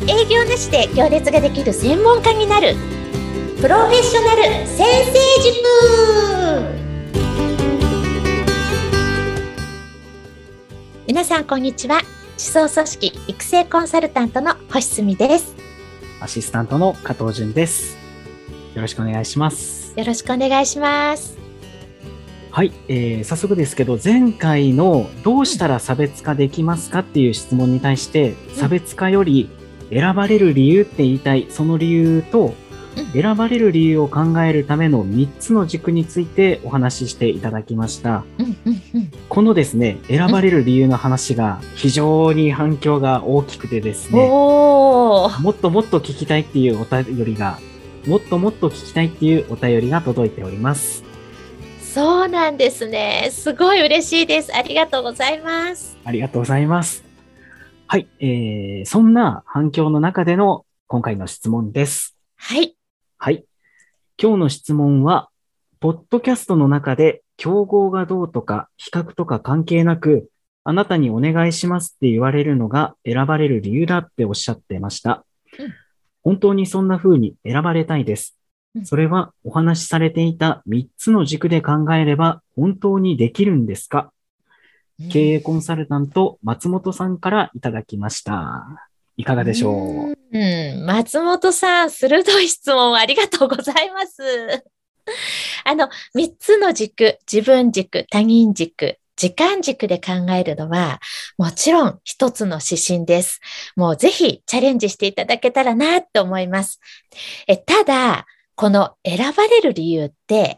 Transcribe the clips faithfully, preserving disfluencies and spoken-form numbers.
営業なしで行列ができる専門家になるプロフェッショナル先生塾。皆さんこんにちは。地層組織育成コンサルタントの星澄です。 アシスタントの加藤純です。よろしくお願いします。 よろしくお願いします。 はい、えー、早速ですけど、前回のどうしたら差別化できますかっていう質問に対して、うん、差別化より選ばれる理由って言いたい、その理由と、うん、選ばれる理由を考えるためのみっつの軸についてお話ししていただきました。 うんうんうん、 このですね、選ばれる理由の話が非常に反響が大きくてですね、 おー、 もっともっと聞きたいっていうお便りが、もっともっと聞きたいっていうお便りが届いております。 そうなんですね。すごい嬉しいです。ありがとうございます。 ありがとうございます。はい、えー、そんな反響の中での今回の質問です。 はい。 はい。今日の質問は、ポッドキャストの中で競合がどうとか比較とか関係なく、あなたにお願いしますって言われるのが選ばれる理由だっておっしゃってました。うん、本当にそんな風に選ばれたいです。それはお話しされていたみっつの軸で考えれば本当にできるんですか？うん、経営コンサルタント松本さんからいただきました。いかがでしょう？ うん、松本さん、鋭い質問ありがとうございます。あの、みっつの軸、自分軸、他人軸、時間軸で考えるのは、もちろん一つの指針です。もうぜひチャレンジしていただけたらなって思います。え、ただ、この選ばれる理由って、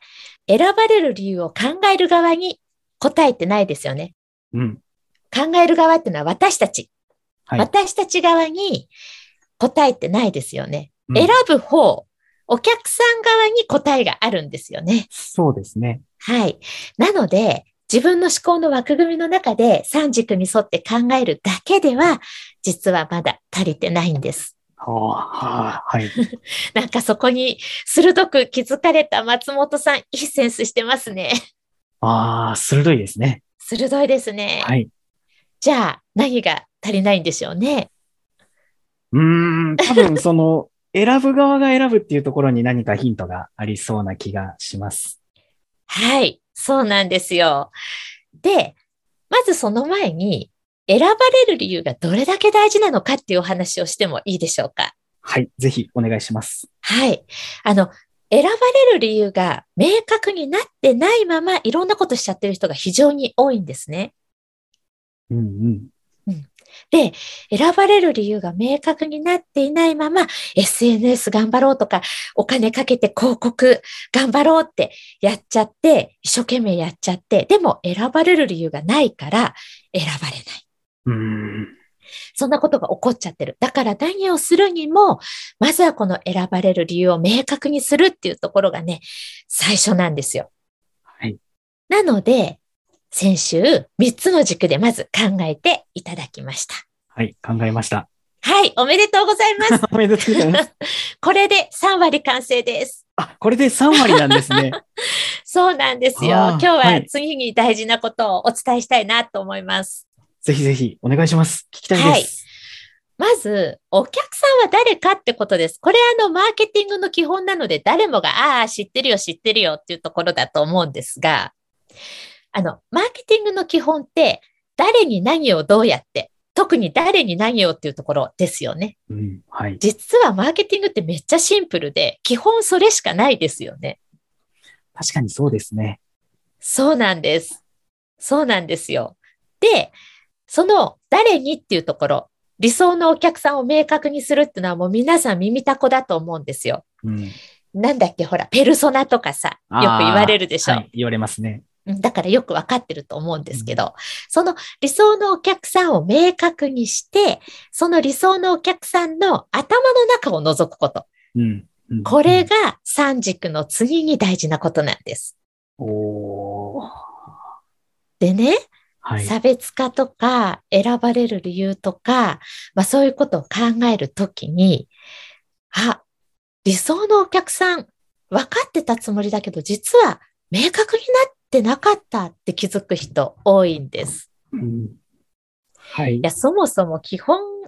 選ばれる理由を考える側に答えてないですよね。 うん、 考える側っていうのは私たち。はい、私たち側に答えてないですよね。うん、選ぶ方、お客さん側に答えがあるんですよね。 そうですね。 はい。なので、自分の思考の枠組みの中で三軸に沿って考えるだけでは、実はまだ足りてないんです。 はあ、はい。 なんかそこに鋭く気づかれた松本さん、いいセンスしてますね。 ああ、鋭いですね。 鋭いですね。 はい。 じゃあ、何が足りないんでしょうね。 うーん、多分その、選ぶ側が選ぶっていうところに何かヒントがありそうな気がします。 はい、そうなんですよ。で、まずその前に、選ばれる理由がどれだけ大事なのかっていうお話をしてもいいでしょうか。 はい、ぜひお願いします。 はい。あの、選ばれる理由が明確になってないままいろんなことしちゃってる人が非常に多いんですね。 うんうん。 うん、で、選ばれる理由が明確になっていないまま エスエヌエス 頑張ろうとかお金かけて広告頑張ろうってやっちゃって一生懸命やっちゃってでも選ばれる理由がないから選ばれない。 うーん、 そんなことが起こっちゃってる。だから何をするにもまずはこの選ばれる理由を明確にするっていうところがね、最初なんですよ。 はい。 なので先週みっつの軸でまず考えていただきました。 はい、考えました。 はい、おめでとうございます。 おめでとうございます。 これでさんわり完成です。 あ、これでさんわりなんですね。 そうなんですよ。今日は次に大事なことをお伝えしたいなと思います。 はい、ぜひぜひお願いします。聞きたいです。はい、 まず、お客さんは誰かってことです。これあの、マーケティングの基本なので、誰もが、ああ、知ってるよ、知ってるよっていうところだと思うんですが、あの、マーケティングの基本って、誰に何をどうやって、特に誰に何をっていうところですよね。 うん、はい。 実はマーケティングってめっちゃシンプルで、基本それしかないですよね。 確かにそうですね。 そうなんです。そうなんですよ。で、その誰にっていうところ、理想のお客さんを明確にするっていうのはもう皆さん耳たこだと思うんですよ。うん、なんだっけ、ほら、ペルソナとかさ、よく言われるでしょ。 はい、言われますね。 だからよくわかってると思うんですけど、うん、その理想のお客さんを明確にして、その理想のお客さんの頭の中を覗くこと。 うんうん、 これが三軸の次に大事なことなんです。 おー。 でね、 はい、 差別化とか選ばれる理由とか、まあそういうことを考えるときに、あ、理想のお客さん分かってたつもりだけど、実は明確になってなかったって気づく人多いんです。 うん、はい。 いや、そもそも基本、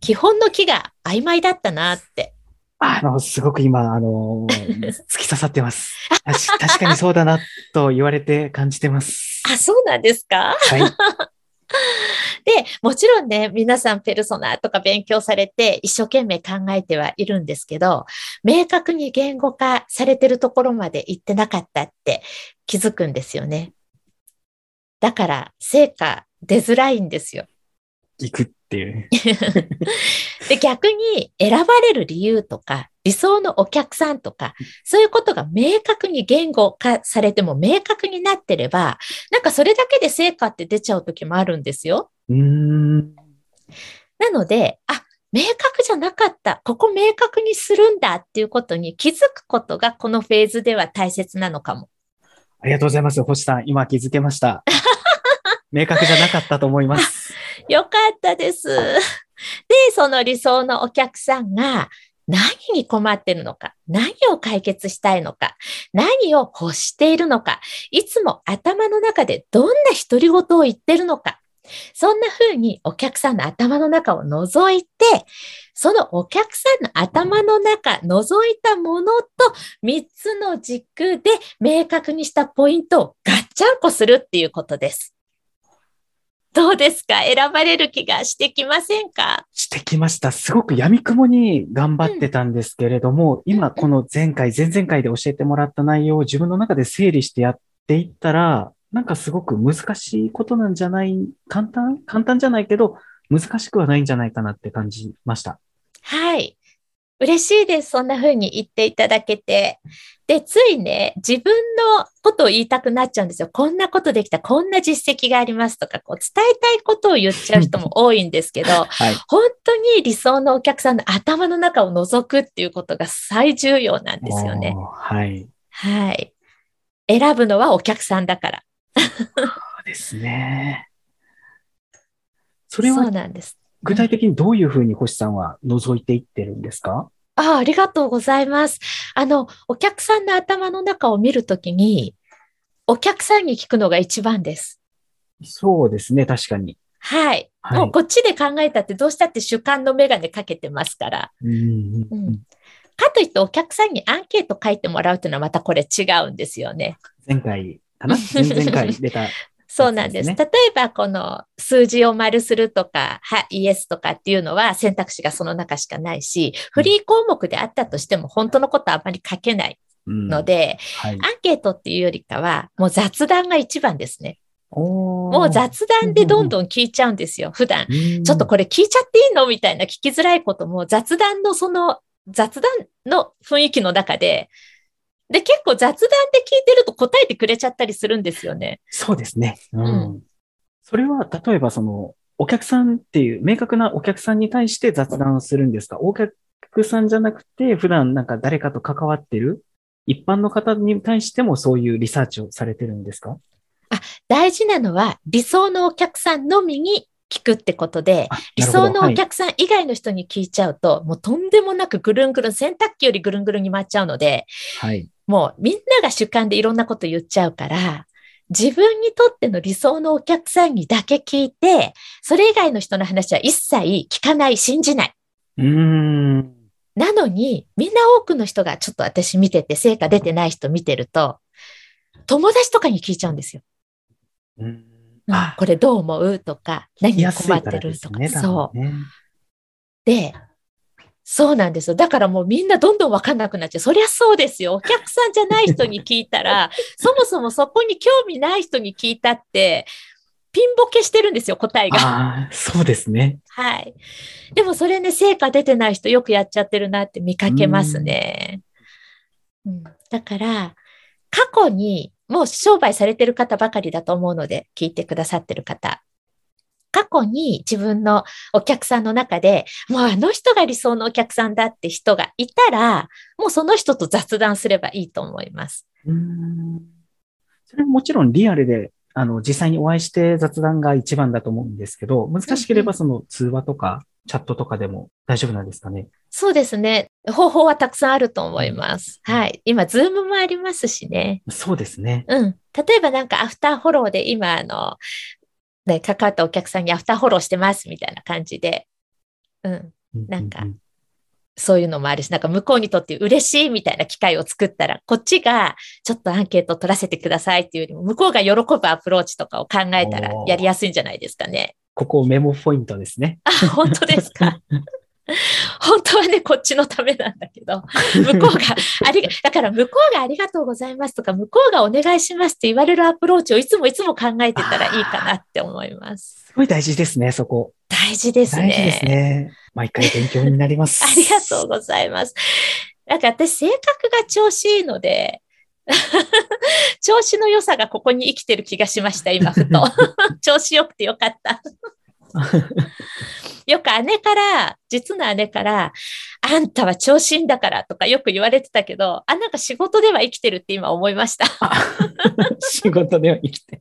基本の木が曖昧だったなって。 あの、すごく今、あの、突き刺さってます。確確かにそうだなと言われて感じてます。 あ、そうなんですか？ はい。 で、もちろんね、皆さんペルソナとか勉強されて一生懸命考えてはいるんですけど、明確に言語化されてるところまで行ってなかったって気づくんですよね。だから成果出づらいんですよ。 行くっていう。 で、逆に選ばれる理由とか、理想のお客さんとか、そういうことが明確に言語化されても明確になってれば、なんかそれだけで成果って出ちゃう時もあるんですよ。 うーん。 なので、あ、明確じゃなかった。ここ明確にするんだっていうことに気づくことがこのフェーズでは大切なのかも。 ありがとうございます。星さん、今気づけました。明確じゃなかったと思いまあ、 す。 よかったです。で、その理想のお客さんが何に困ってるのか、何を解決したいのか、何を欲しているのか、いつも頭の中でどんな独り言を言ってるのか、そんな風にお客さんの頭の中を覗いて、そのお客さんの頭の中、覗いたものとみっつの軸で明確にしたポイントをガッチャンコするっていうことです。どうですか？選ばれる気がしてきませんか？ してきました。すごく闇雲に頑張ってたんですけれども、 うん、 今この前回、前々回で教えてもらった内容を自分の中で整理してやっていったら、なんかすごく難しいことなんじゃない、簡単簡単じゃないけど、難しくはないんじゃないかなって感じました。 はい。嬉しいです。そんな風に言っていただけて。で、ついね、自分のことを言いたくなっちゃうんですよ。こんなことできた、こんな実績がありますとか、こう伝えたいことを言っちゃう人も多いんですけど、 はい。 本当に理想のお客さんの頭の中を覗くっていうことが最重要なんですよね。 おー、はい。 はい。選ぶのはお客さんだから。 そうですね。それはそうなんです。うん。 具体的にどういうふうに星さんは覗いていってるんですか？ ああ、ありがとうございます。あの、お客さんの頭の中を見るときに、お客さんに聞くのが一番です。 そうですね、確かに。 はい。 はい。 もうこっちで考えたってどうしたって主観のメガネかけてますから。 うんうんうん。 うん。 かといってお客さんにアンケート書いてもらうというのはまたこれ違うんですよね。 前回かな前々回出たやそうなんです。 つですね。 例えばこの数字を丸するとか、は、イエスとかっていうのは選択肢がその中しかないし、 うん。 フリー項目であったとしても本当のことはあまり書けないうん。 ので、 はい。 アンケートっていうよりかはもう雑談が一番ですね。もうおー。 雑談でどんうんうんどん聞いちゃうんですよ。普段。 うん。 ちょっうん。 とこれ聞いちゃっていいのみたいな聞きづらいことも雑談のその雑談の雰囲気の中で、で、結構雑談で聞いてると答えてくれちゃったりするんですよね。 そうですね。ううん。 ん。それは、例えばその、お客さんっていう、明確なお客さんに対して雑談をするんですか？お客さんじゃなくて、普段なんか誰かと関わってる一般の方に対してもそういうリサーチをされてるんですか？ あ、大事なのは理想のお客さんのみに聞くってことで、 あ、 理なるほど。はい。 想のお客さん以外の人に聞いちゃうと、もうとんでもなくぐるんぐるん、洗濯機よりぐるんぐるんに回っちゃうので、 はい。 もうみんなが主観でいろんなこと言っちゃうから、自分にとっての理想のお客さんにだけ聞いて、それ以外の人の話は一切聞かない、信じない。 うーん。 なのに、みんな多くの人がちょっと私見てて、成果出てない人見てると、友達とかに聞いちゃうんですよ。 うーん。 うん、 あ、 これどう思うとか、何聞きやに困っすいからでてるとか。 すね、多分そう。 ね。 で、そうなんですよ。だからもうみんなどんどんわかんなくなっちゃう。そりゃそうですよ。お客さんじゃない人に聞いたら、そもそもそこに興味ない人に聞いたって、ピンボケしてるんですよ、答えが。 ああ、そうですね。 はい。でもそれね、成果出てない人よくやっちゃってるなって見うーかけますん。 ね。うん、だから、過去にもう商売されてる方ばかりだと思うので、聞いてくださってる方。過去に自分のお客さんの中で、もうあの人が理想のお客さんだって人がいたら、もうその人と雑談すればいいと思います。 うーん。それももちろんリアルで、あの、実際にお会いして雑談が一番だと思うんですけど、難しければうんうん。 その通話とかチャットとかでも大丈夫なんですかね。 そうですね。方法はたくさんあると思いうん。 ます。はい。今、ズームもありますしね。 そうですね。 うん。例えばなんかアフターフォローで今、あの、ね、関わったお客さんにアフターフォローしてますみたいな感じでうん。なんかううそういうのもあるし、なんか向こうにとって嬉しいみたいな機会を作ったら、こっちがちょっとアンケート取らせてくださいっていうよりも、向こうが喜ぶアプローチとかを考えたらやりおーやすいんじゃないですかね。 ここメモポイントですね。 あ、本当ですか。本当はね、こっちのためなんだけど、向こうがありが、だから向こうがありがとうございますとか、向こうがお願いしますって言われるアプローチをいつもいつも考えてたらいいかなって思います。 すごい大事ですね、そこ。 大事です大事ですね。 ね。毎回勉強になります。 ありがとうございます。なんか私、性格が調子いいので、調子の良さがここに生きてる気がしました、今、ふと。調子良くてよかった。よく姉から、実の姉から、あんたは調子いいんだからとかよく言われてたけど、あ、なんか仕事では生きてるって今思いました。 仕事では生きて。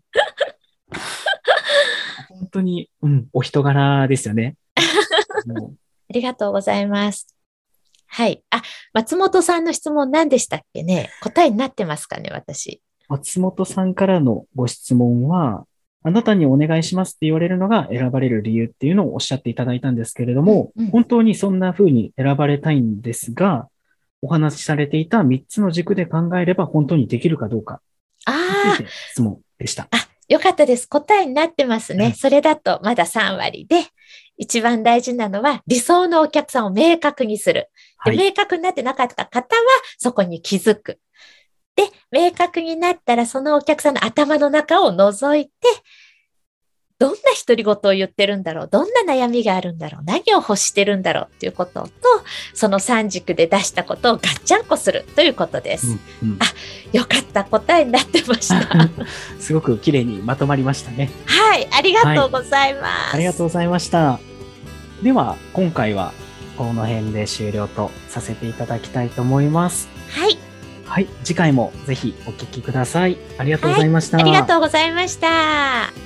本当に、うん、お人柄ですよね。もうありがとうございます。はい。あ、松本さんの質問何でしたっけね。答えになってますかね、私。 松本さんからのご質問は、あなたにお願いしますって言われるのが選ばれる理由っていうのをおっしゃっていただいたんですけれども、 うんうん、 本当にそんな風に選ばれたいんですが、お話しされていたみっつの軸で考えれば本当にできるかどうかあについて質問でした。 あ、よかったです。答えになってますね。それだとまださん割で、一番大事なのは理想のお客さんを明確にする。で、 はい。 明確になってなかった方はそこに気づく。で、明確になったらそのお客さんの頭の中を覗いて、どんな独り言を言ってるんだろう、どんな悩みがあるんだろう、何を欲してるんだろうっていうことと、そのさん軸で出したことをガッチャンコするということです。 うんうん、 あ、よかった、答えになってました。 すごく綺麗にまとまりましたね。 はい、ありがとうございます。はい、 ありがとうございました。では、今回はこの辺で終了とさせていただきたいと思います。 はい。 はい、次回もぜひお聞きください。ありがとうございました。 はい、ありがとうございました。